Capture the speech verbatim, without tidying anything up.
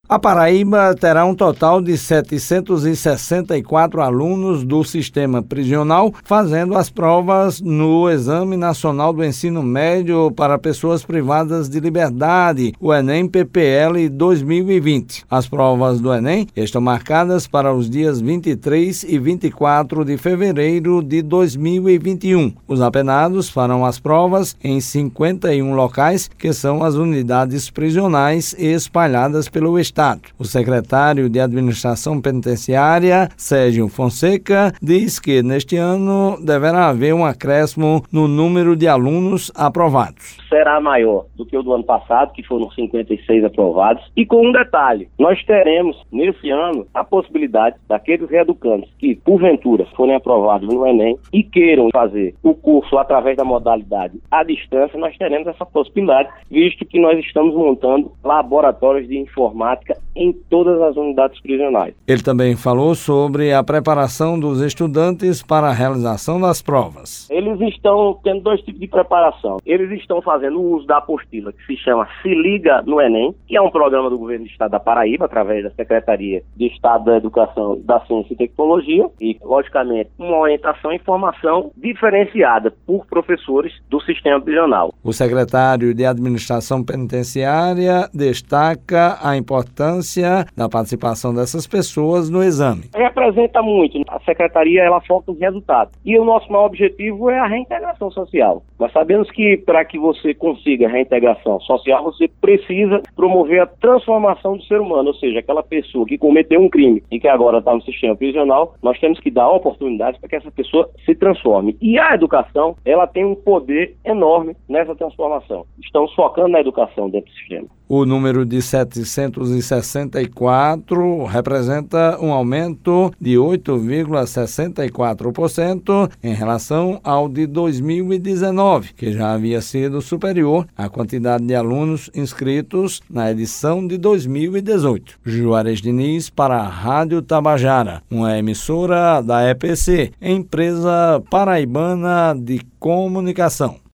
A Paraíba terá um total de setecentos e sessenta e quatro alunos do sistema prisional fazendo as provas no Exame Nacional do Ensino Médio para Pessoas Privadas de Liberdade, o Enem P P L dois mil e vinte. As provas do Enem estão marcadas para os dias vinte e três e vinte e quatro de fevereiro de dois mil e vinte e um. Os apenados farão as provas em cinquenta e um locais, que são as unidades prisionais espalhadas pelo Estado. O secretário de Administração Penitenciária, Sérgio Fonseca, diz que neste ano deverá haver um acréscimo no número de alunos aprovados. Será maior do que o do ano passado, que foram cinquenta e seis aprovados. E com um detalhe, nós teremos nesse ano a possibilidade daqueles reeducantes que, porventura, forem aprovados no Enem e queiram fazer o curso através da modalidade à distância, nós teremos essa possibilidade, visto que nós estamos montando laboratórios de informática em todas as unidades prisionais. Ele também falou sobre a preparação dos estudantes para a realização das provas. Eles estão tendo dois tipos de preparação. Eles estão fazendo o uso da apostila que se chama Se Liga no Enem, que é um programa do Governo do Estado da Paraíba, através da Secretaria de Estado da Educação, da Ciência e Tecnologia, e, logicamente, uma orientação e informação diferenciada por professores do sistema prisional. O secretário de Administração Penitenciária destaca a importância da participação dessas pessoas no exame. Representa muito. A Secretaria ela foca nos resultados. E o nosso maior objetivo é a reintegração social. Nós sabemos que para que você consiga a reintegração social, você precisa promover a transformação do ser humano, ou seja, aquela pessoa que cometeu um crime e que agora está no sistema prisional, nós temos que dar oportunidades para que essa pessoa se transforme. E a educação, ela tem um poder enorme nessa transformação. Estamos focando na educação dentro do sistema. O número de setecentos e sessenta e quatro representa um aumento de oito vírgula sessenta e quatro por cento em relação ao de dois mil e dezenove, que já havia sido superior à quantidade de alunos inscritos na edição de dois mil e dezoito. Juarez Diniz para a Rádio Tabajara, uma emissora da E P C, empresa paraibana de comunicação.